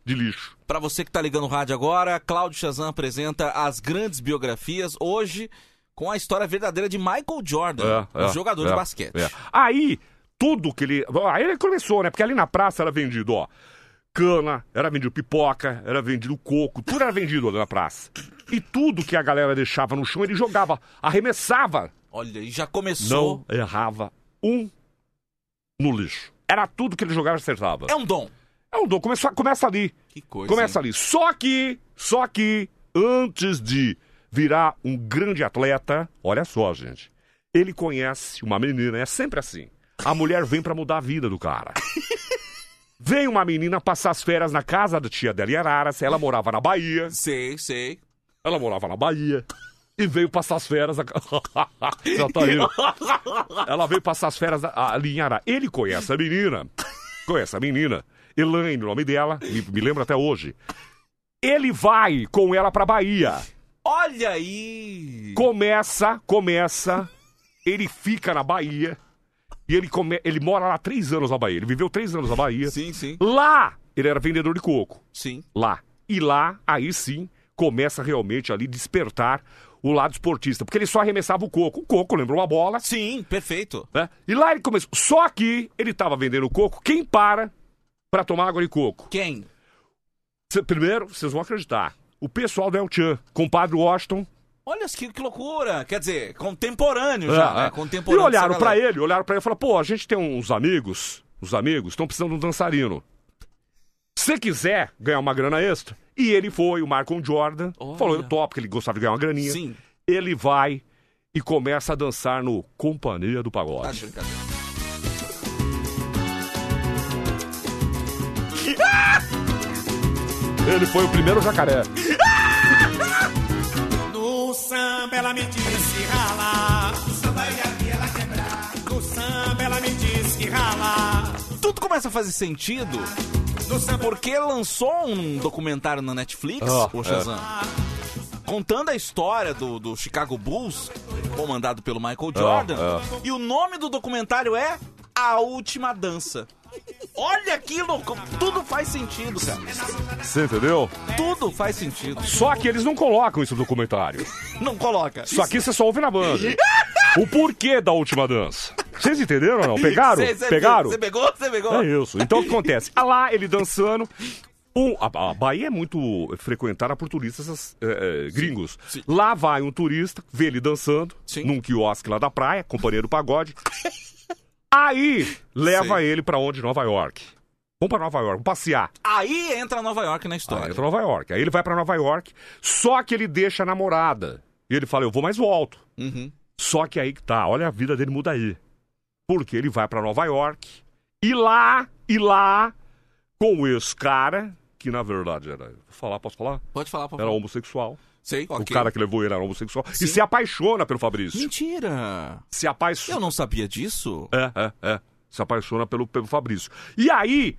de lixo. Pra você que tá ligando o rádio agora, Cláudio Chazan apresenta as grandes biografias, hoje com a história verdadeira de Michael Jordan, jogador de basquete. Aí, tudo que ele... Aí ele começou, né? Porque ali na praça era vendido, ó, cana, era vendido pipoca, era vendido coco, tudo era vendido ali na praça. E tudo que a galera deixava no chão, ele jogava, arremessava. Olha, e já começou... Não errava no lixo. Era tudo que ele jogava e acertava. É um dom. É um dom, começa ali. Que coisa, começa hein? ali. Só que, antes de virar um grande atleta, olha só, gente, ele conhece uma menina, é sempre assim. A mulher vem pra mudar a vida do cara. Vem uma menina passar as férias na casa da tia dela em Araras, ela morava na Bahia. Sei. Ela morava na Bahia. E veio passar as férias... Já tá rindo. Ela veio passar as férias ali em Araras. Ele conhece a menina. Elaine, o nome dela, me lembro até hoje. Ele vai com ela pra Bahia. Olha aí! Começa, ele fica na Bahia e ele mora lá 3 anos na Bahia. Ele viveu 3 anos na Bahia. Sim. Lá, ele era vendedor de coco. Sim. Lá. E lá, aí sim, começa realmente ali despertar o lado esportista. Porque ele só arremessava o coco. O coco, lembrou uma bola. Sim, perfeito. Né? E lá ele começou. Só que ele tava vendendo coco. Quem para pra tomar água de coco? Quem? Primeiro, vocês vão acreditar. O pessoal do El Chan, compadre Washington. Olha que loucura. Quer dizer, contemporâneo já, né? Contemporâneo. E olharam pra ele e falaram, pô, a gente tem uns amigos, estão precisando de um dançarino. Se quiser ganhar uma grana extra. E ele foi, o Michael Jordan, falou, eu topo, porque ele gostava de ganhar uma graninha. Sim. Ele vai e começa a dançar no Companhia do Pagode. Ele foi o primeiro jacaré. No samba ela me disse rala. No samba e aqui ela quebrar. No samba ela me disse que rala. Tudo começa a fazer sentido porque lançou um documentário na Netflix, o Shazam, contando a história do Chicago Bulls, comandado pelo Michael Jordan. E o nome do documentário é A Última Dança. Olha que louco, tudo faz sentido, cara. Você entendeu? Tudo faz sentido. Só que eles não colocam isso no documentário. Não coloca. Só que você só ouve na Band. O porquê da última dança. Vocês entenderam ou não? Pegaram? Pegaram? Você pegou? É isso. Então o que acontece? Lá ele dançando. A Bahia é muito frequentada por turistas gringos. Sim. Lá vai um turista, vê ele dançando, num quiosque lá da praia, Companhia do Pagode. Aí, leva ele pra onde? Nova York. Vamos pra Nova York, vamos passear. Aí entra Nova York na história. Aí entra Nova York. Aí ele vai pra Nova York, só que ele deixa a namorada. E ele fala, eu vou mais volto. Uhum. Só que aí que tá, olha, a vida dele muda aí. Porque ele vai pra Nova York, e lá, com esse cara, que na verdade era... Posso falar? Pode falar, Era homossexual. Sei, ok. O cara que levou ele era homossexual. Sim. E se apaixona pelo Fabrício. Mentira! Se apaixona. Eu não sabia disso. Se apaixona pelo Fabrício. E aí,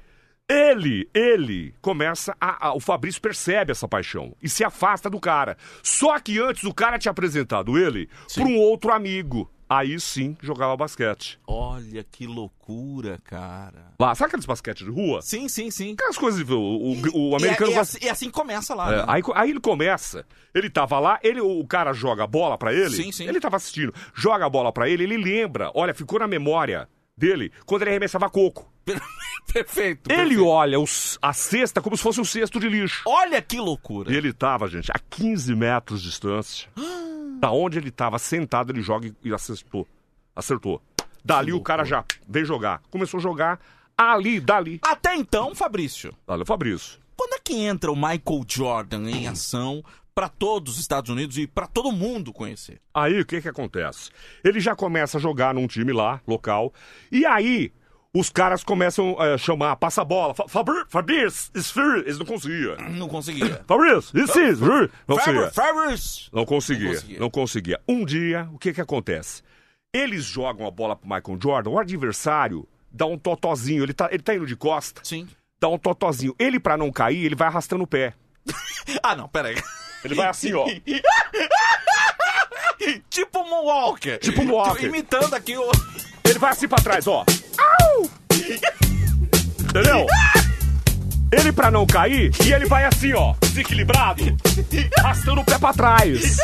ele começa o Fabrício percebe essa paixão e se afasta do cara. Só que antes o cara tinha apresentado ele para um outro amigo. Aí sim, jogava basquete. Olha que loucura, cara. Lá, sabe aqueles basquete de rua? Sim. Aquelas coisas, o americano... E assim começa lá, né? Aí ele começa, ele tava lá, o cara joga a bola pra ele, Sim. Ele tava assistindo, joga a bola pra ele lembra, olha, ficou na memória dele, quando ele arremessava coco. Perfeito. Ele olha a cesta como se fosse um cesto de lixo. Olha que loucura. E ele tava, gente, a 15 metros de distância. Da onde ele tava sentado, ele joga e acertou. Dali o cara já veio jogar. Começou a jogar dali. Até então, Fabrício. Dali o Fabrício. Quando é que entra o Michael Jordan em ação para todos os Estados Unidos e para todo mundo conhecer? Aí, o que acontece? Ele já começa a jogar num time lá, local. E aí, os caras começam a chamar, passa a bola. Fabrício, eles não conseguiam. Não conseguia. Fabrício, Não conseguia. conseguia. Um dia, o que acontece? Eles jogam a bola pro Michael Jordan, o adversário dá um totozinho, ele tá indo de costa. Sim. Dá um totozinho. Ele, pra não cair, ele vai arrastando o pé. Não, peraí. Ele vai assim, ó. Tipo um Moonwalker. Imitando aqui o... Ele vai assim pra trás, ó. Au! Entendeu? Ele pra não cair, e ele vai assim, ó, desequilibrado, arrastando o pé pra trás.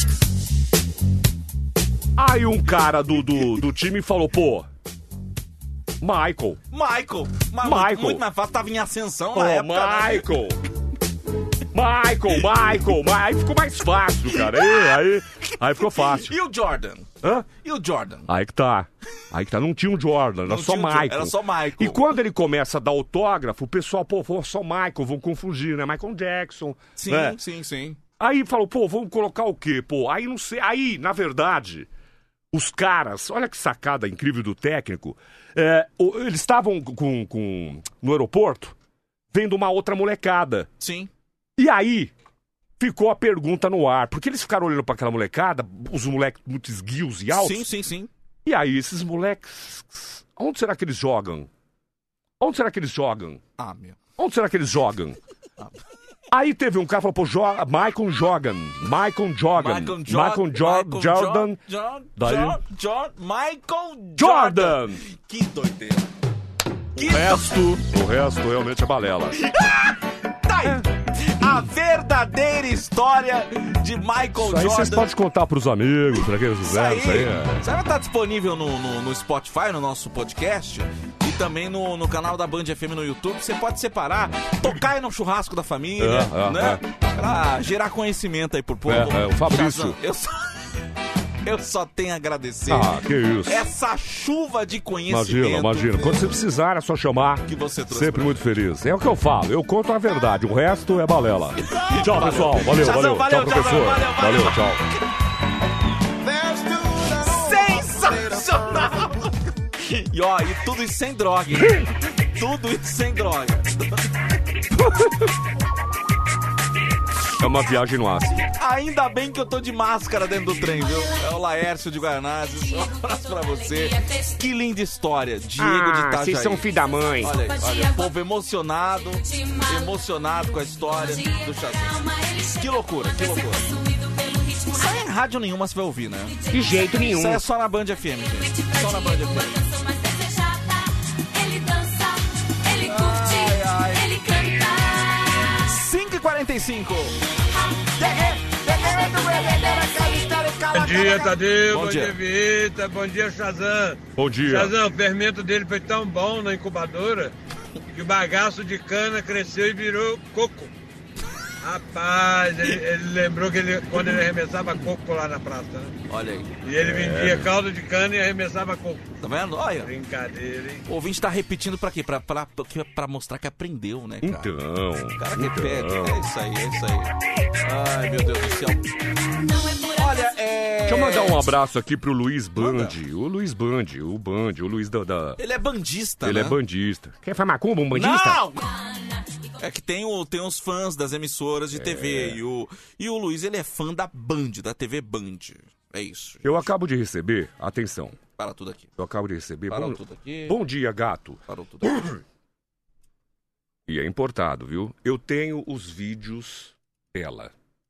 Aí um cara do time falou, pô, Michael. Muito mais fácil, tava em ascensão na época. Michael. Aí ficou mais fácil, cara. Aí ficou fácil. E o Jordan? Hã? E o Jordan? Aí que tá. Não tinha um Jordan, era só Michael. Era só Michael. E quando ele começa a dar autógrafo, o pessoal, pô, só Michael, vão confundir, né? Michael Jackson. Sim, né? sim. Aí falou, pô, vamos colocar o quê? Pô, aí não sei. Aí, na verdade, os caras, olha que sacada incrível do técnico. Eles estavam no aeroporto vendo uma outra molecada. Sim. E aí, ficou a pergunta no ar. Porque eles ficaram olhando pra aquela molecada, os moleques muito esguios e altos. Sim. E aí, esses moleques, onde será que eles jogam? Ah, meu. Onde será que eles jogam? Aí teve um cara que falou, pô, Michael Jordan. Que doideira. O resto realmente é balela. Tá aí. A verdadeira história de Michael Jordan. Aí vocês podem contar pros amigos, pra quem eles fizeram. Isso aí vai estar disponível no Spotify, no nosso podcast, e também no canal da Band FM no YouTube. Você pode separar, tocar aí no churrasco da família, né? Pra gerar conhecimento aí pro povo. O Fabrício. Eu só tenho a agradecer. Que isso. Essa chuva de conhecimento. Imagina. Quando você precisar, é só chamar. Que você trouxe. Sempre muito feliz. É o que eu falo. Eu conto a verdade. O resto é balela. Tchau, pessoal. Valeu. Tchau, professor. Valeu, tchau. Sensacional! E tudo isso sem droga, hein? Tudo isso sem droga. É uma viagem no ácido. Ainda bem que eu tô de máscara dentro do trem, viu? É o Laércio de Guaianazes. Um abraço pra você. Que linda história. Diego de Itajaí. Vocês são filho da mãe. Olha, o povo emocionado com a história do Shazam. Que loucura. Não sai em rádio nenhuma, você vai ouvir, né? De jeito nenhum. Isso é só na Band FM, gente. Só na Band FM. Ele dança, ele curte, ele canta. 5h45. Bom dia, Tadeu. Bom dia, Vita. Bom dia, Shazam. Bom dia. Shazam, o fermento dele foi tão bom na incubadora que o bagaço de cana cresceu e virou coco. Rapaz, ele lembrou que quando ele arremessava coco lá na praça, né? Olha aí. E ele vendia caldo de cana e arremessava coco. Tá vendo? Olha. Brincadeira, hein? O ouvinte tá repetindo pra quê? Pra mostrar que aprendeu, né, cara? Então. O cara repete. É isso aí. Ai, meu Deus do céu. Olha, Deixa eu mandar um abraço aqui pro Luiz Band. O Luiz Band, o Luiz da... Ele é bandista, Ele né? é bandista. Quer falar macumba, um bandista? Não! É que tem os fãs das emissoras de TV. E o Luiz, ele é fã da Band, da TV Band. É isso. Eu acabo de receber, atenção. Para tudo aqui. Eu acabo de receber. Parou tudo aqui. Bom dia, gato. Parou tudo aqui. E é importado, viu? Eu tenho os vídeos dela.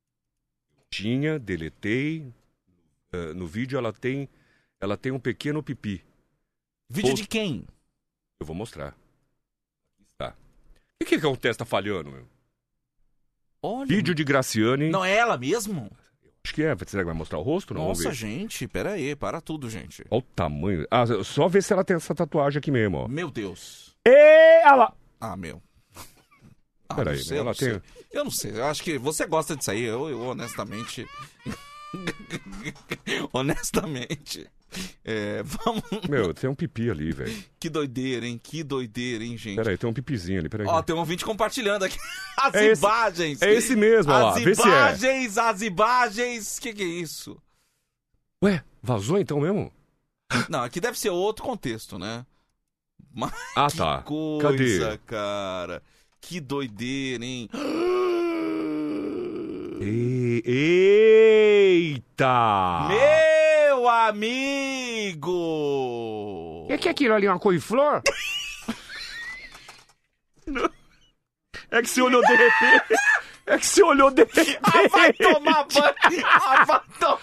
Deletei. No vídeo ela tem um pequeno pipi. Vídeo de quem? Eu vou mostrar. Tá. O que acontece? Tá falhando, meu? Olha. Vídeo de Graciane. Não é ela mesmo? Acho que é. Será que vai mostrar o rosto? Não, nossa, gente, pera aí. Para tudo, gente. Olha o tamanho. Só ver se ela tem essa tatuagem aqui mesmo, ó. Meu Deus. Ela... Ah, meu. Peraí, ela tem... Eu não sei, eu acho que você gosta disso aí, eu honestamente... Vamos... Meu, tem um pipi ali, velho. Que doideira, hein, gente. Peraí, tem um pipizinho ali, peraí. Ó, tem um ouvinte compartilhando aqui as imagens. É esse mesmo, ó lá, vê se é. As imagens, que é isso? Ué, vazou então mesmo? Não, aqui deve ser outro contexto, né? Mas tá. Coisa, cadê? Cara. Que doideira, hein? Eita! Meu amigo! O que é aquilo ali? Uma couve-flor? É que você olhou de repente. Vai tomar banho!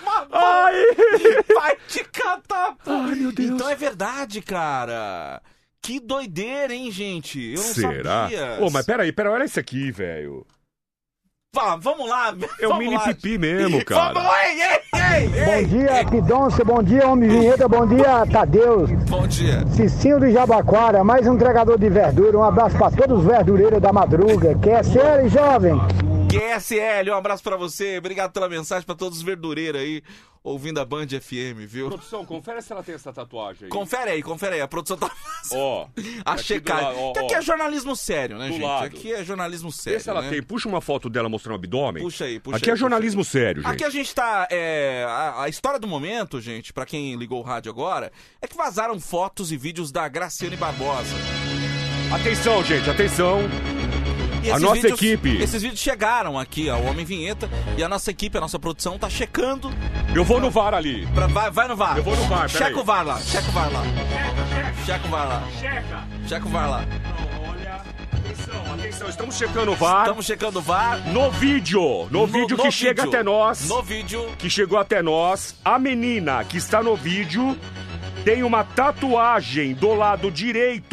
Vai te catar! Ai, meu Deus. Então é verdade, cara. Que doideira, hein, gente? Eu não Será? sabia. Ô, mas peraí, olha isso aqui, velho. Vamos lá. É o mini pipi mesmo, cara. Bom dia, Pidoncio, bom dia, Homem Vinheta, bom dia, Tadeu. Bom dia. Cicinho do Jabaquara, mais um entregador de verdura, um abraço pra todos os verdureiros da madruga. QSL, jovem. QSL, um abraço pra você, obrigado pela mensagem pra todos os verdureiros aí, ouvindo a Band FM, viu? Produção, confere se ela tem essa tatuagem aí. Confere aí, a produção tá Ó, a checar. Porque aqui é jornalismo sério, né, do gente? lado. Aqui é jornalismo sério, Vê se ela né? tem. Puxa uma foto dela mostrando o abdômen. Puxa aí. Aqui é jornalismo sério, gente. Aqui a gente tá... a história do momento, gente, pra quem ligou o rádio agora, é que vazaram fotos e vídeos da Graciane Barbosa. Atenção, gente, atenção. E a nossa equipe... Esses vídeos chegaram aqui ao Homem Vinheta e a nossa equipe, a nossa produção tá checando. Eu vou no VAR ali. Vai no VAR. Eu vou no VAR, peraí. Checa o VAR lá. Checa o VAR lá. Checa o VAR lá. Olha, atenção, estamos checando o VAR. Estamos checando o VAR. No vídeo que chega até nós. No vídeo. Que chegou até nós. A menina que está no vídeo tem uma tatuagem do lado direito.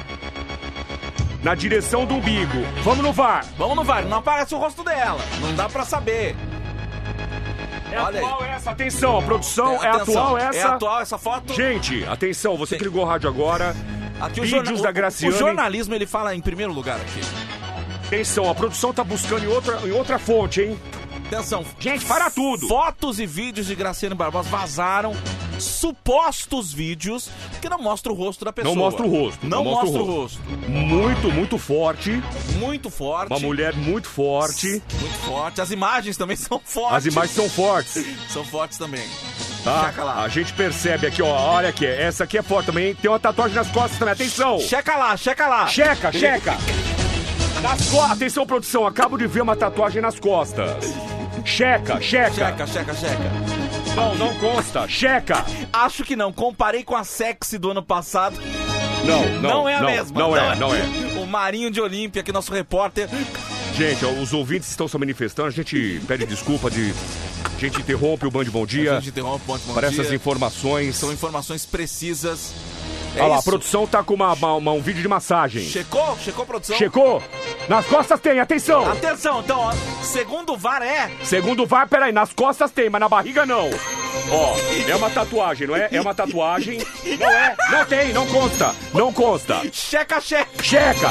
Na direção do umbigo. Vamos no VAR. Não aparece o rosto dela. Não dá pra saber. Olha atual aí. Essa, atenção, a produção atual essa. É atual essa foto? Gente, atenção, você que ligou o rádio agora. Aqui vídeos da Graciane. O jornalismo ele fala em primeiro lugar aqui. Atenção, a produção tá buscando em outra fonte, hein? Atenção. Gente, para tudo. Fotos e vídeos de Graciane Barbosa vazaram. Supostos vídeos que não mostram o rosto da pessoa. Não mostra o rosto. Não mostra o rosto. Muito forte. Muito forte. Uma mulher muito forte. Muito forte. As imagens também são fortes. As imagens são fortes. São fortes também. Tá? Checa lá. A gente percebe aqui, ó. Olha aqui. Essa aqui é forte também. Tem uma tatuagem nas costas também. Atenção. Checa lá. Checa. Nas costas. Atenção, produção. Acabo de ver uma tatuagem nas costas. Checa. Checa. Não consta. Checa. Acho que não. Comparei com a sexy do ano passado. Não é a mesma. Não é. O Marinho de Olímpia, aqui nosso repórter. Gente, ó, os ouvintes estão se manifestando. A gente pede desculpa de... A gente interrompe o Band Bom Dia. A gente interrompe o Band Bom Dia. Para essas informações. São informações precisas. Olha lá, a produção tá com um vídeo de massagem. Checou, produção? Checou. Nas costas tem, atenção. Atenção, então, ó. Segundo o VAR Segundo o VAR, peraí, nas costas tem, mas na barriga não. Ó, é uma tatuagem, não é? É uma tatuagem. Não é? Não tem, não consta. Checa. Checa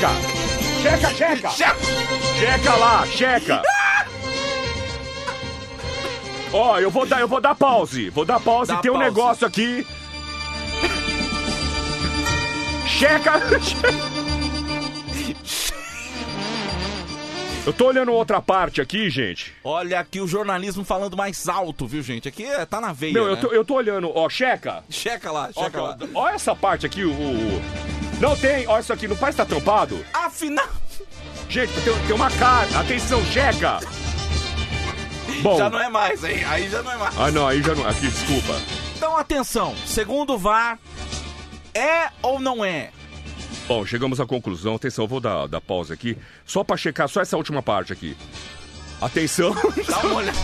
lá. Ó, eu vou dar pause. Tem um negócio aqui. Checa. Eu tô olhando outra parte aqui, gente. Olha aqui o jornalismo falando mais alto, viu, gente? Aqui tá na veia, Meu, né? eu tô olhando, ó, checa. Checa lá. Olha essa parte aqui, Não tem, olha isso aqui, não parece que tá tampado? Afinal... Gente, tem uma cara, atenção, checa. Bom... Já não é mais, hein? Aí já não é mais. Ah, não, aí já não... Aqui, desculpa. Então, atenção, segundo o VAR, é ou não é? Bom, chegamos à conclusão. Atenção, eu vou dar pausa aqui. Só pra checar, só essa última parte aqui. Atenção. Dá uma olhada.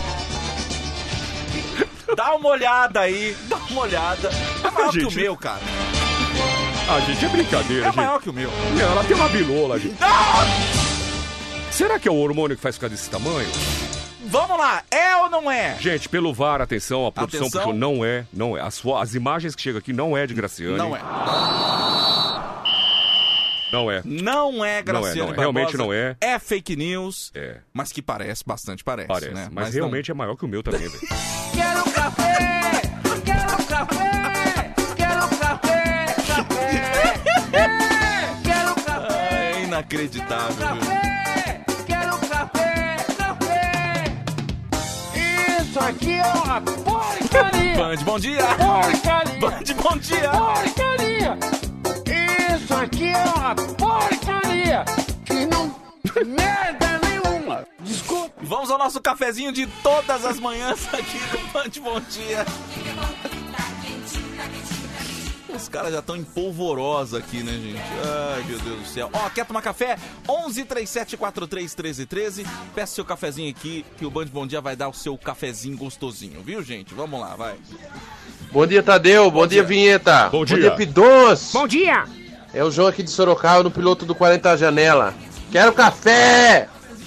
Dá uma olhada aí. É maior que o meu, cara. Ah, gente, é brincadeira, gente. É maior que o meu. Ela tem uma bilola, gente. Não! Será que é o hormônio que faz ficar desse tamanho? Vamos lá, é ou não é? Gente, pelo VAR, atenção, a produção puxou, não é. As imagens que chegam aqui não é de Graciane. Não é. Não é. Não é Graciane Barbosa. Realmente não é. É fake news. É. Mas que parece, né? Mas realmente é maior que o meu também, velho. Quero café! Quero café! Quero café! É inacreditável, viu? Quero café! Isso aqui é uma porcaria! Band, bom dia! Porcaria! Band, bom dia! Porcaria! Isso aqui é uma porcaria! Que não... merda nenhuma! Desculpa! Vamos ao nosso cafezinho de todas as manhãs aqui do Band Bom Dia. Os caras já estão em polvorosa aqui, né, gente? Ai, meu Deus do céu. Ó, quer tomar café? 1137431313. Peça seu cafezinho aqui, que o Band Bom Dia vai dar o seu cafezinho gostosinho, viu, gente? Vamos lá, vai. Bom dia, Tadeu. Bom dia, Vinheta. Bom dia. Bom dia, Pidoncio. Bom dia. É o João aqui de Sorocaba, no piloto do 40 Janela. Quero café!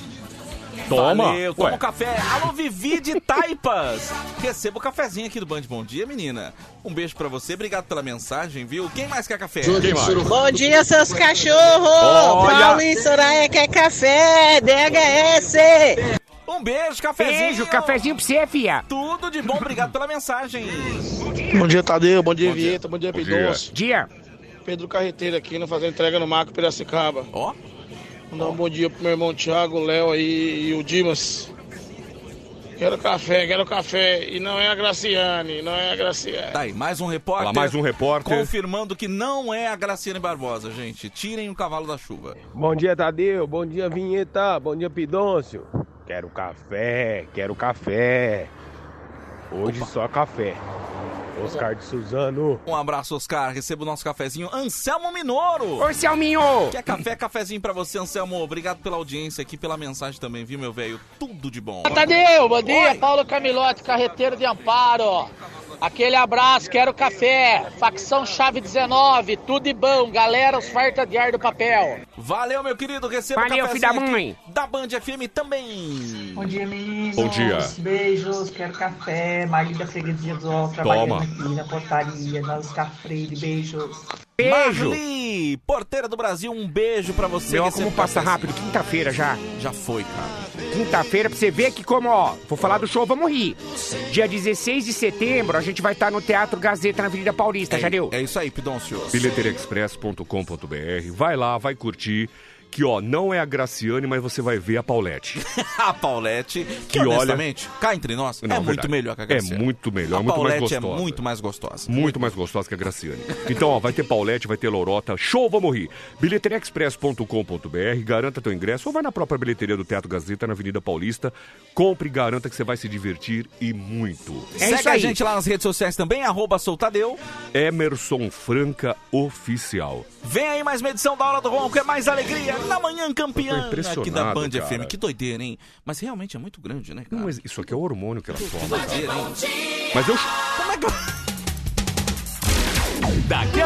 Toma! Valeu, toma um café. Alô, Vivi de Taipas. Receba o cafezinho aqui do Band Bom Dia, menina. Um beijo pra você, obrigado pela mensagem, viu? Quem mais quer café? Quem mais? Bom dia, seus cachorros! Paulo e Soraya quer café! DHS! Um beijo, cafezinho. Beijo, cafezinho pra você, fia. Tudo de bom, obrigado pela mensagem. Bom dia, Tadeu. Bom dia, Vieta. Bom dia, Pidoncio. Dia. Pedro Carreteiro aqui, não fazendo entrega no Marco Piracicaba. Ó. Mandar um bom dia pro meu irmão Thiago, o Léo aí e o Dimas. Quero café. E não é a Graciane, Tá aí, mais um repórter. Mais um repórter. Confirmando que não é a Graciane Barbosa, gente. Tirem o cavalo da chuva. Bom dia, Tadeu. Bom dia, Vinheta. Bom dia, Pidoncio. Quero café. Hoje só café. Oscar de Suzano. Um abraço, Oscar. Receba o nosso cafezinho. Anselmo Minoro. Oi, Selminho. Quer cafezinho pra você, Anselmo. Obrigado pela audiência aqui, pela mensagem também, viu, meu velho? Tudo de bom. Tadeu, bom dia. Oi. Paulo Camilote, carreteiro de Amparo. Aquele abraço, quero café. Facção Chave 19, tudo de bom. Galera, os farta de ar do papel. Valeu, meu querido. Receba o cafezinho filho da mãe. Da Band FM também. Bom dia, meninos. Bom dia. Beijos, quero café. Maria da Freguesia do Alto, trabalhando aqui na portaria, na Oscar Freire. Beijos. Beijo. Marli, porteira do Brasil, um beijo pra você. Meu, como passa rápido. Quinta-feira já. Já foi, cara. Quinta-feira, pra você ver que como, ó, vou falar do show, vamos rir. Dia 16 de setembro, a gente vai estar no Teatro Gazeta, na Avenida Paulista, já deu? É isso aí, Pidoncio. Bilheteriaexpress.com.br. Vai lá, vai curtir. Que, ó, não é a Graciane, mas você vai ver a Paulette. A Paulette, que honestamente, cá entre nós, não, é muito melhor que a Graciane. É muito melhor, a muito mais Paulette gostosa. é muito mais gostosa. Muito mais gostosa que a Graciane. Então, ó, vai ter Paulette, vai ter Lorota. Show, vamos rir. Bilheteriaexpress.com.br. Garanta teu ingresso ou vai na própria bilheteria do Teatro Gazeta, na Avenida Paulista. Compre e garanta que você vai se divertir e muito. Segue a gente lá nas redes sociais também, @soltadeu. Emerson Franca Oficial. Vem aí mais uma edição da Hora do Ronco, é mais alegria na manhã campeã aqui da Band cara. FM. Que doideira, hein? Mas realmente é muito grande, né, cara? Não, mas isso aqui é o hormônio que ela toma. Que doideira, hein? Mas eu... Como é que... Daqui a